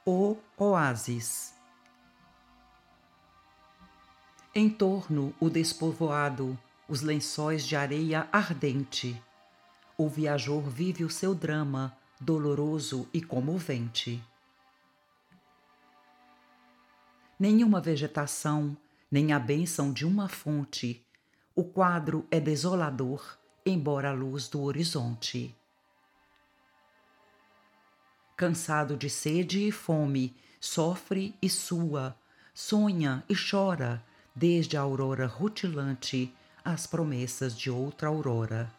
O oásis. Em torno o despovoado, os lençóis de areia ardente. O viajor vive o seu drama, doloroso e comovente. Nenhuma vegetação, nem a bênção de uma fonte. O quadro é desolador, embora a luz do horizonte. Cansado de sede e fome, sofre e sua, sonha e chora, desde a aurora rutilante, as promessas de outra aurora.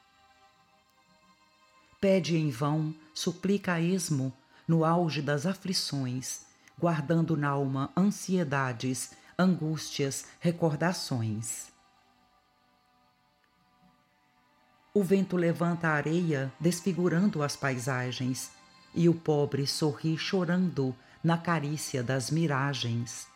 Pede em vão, suplica a esmo, no auge das aflições, guardando n'alma ansiedades, angústias, recordações. O vento levanta a areia, desfigurando as paisagens, e o pobre sorri chorando na carícia das miragens.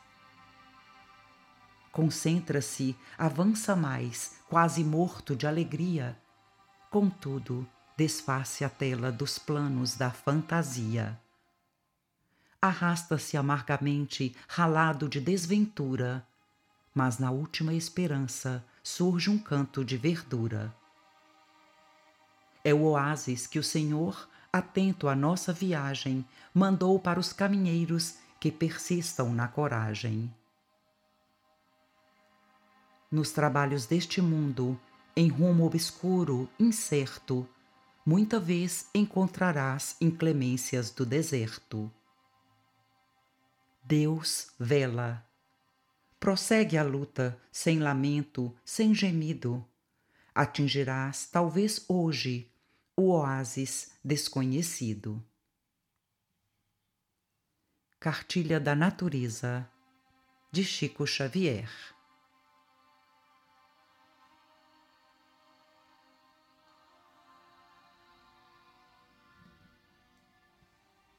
Concentra-se, avança mais, quase morto de alegria. Contudo, desfaz-se a tela dos planos da fantasia. Arrasta-se amargamente, ralado de desventura, mas na última esperança surge um canto de verdura. É o oásis que o Senhor, atento à nossa viagem, mandou para os caminheiros que persistam na coragem. Nos trabalhos deste mundo, em rumo obscuro, incerto, muita vez encontrarás inclemências do deserto. Deus vela. Prossegue a luta, sem lamento, sem gemido. Atingirás, talvez hoje, o oásis desconhecido. Cartilha da Natureza, de Chico Xavier.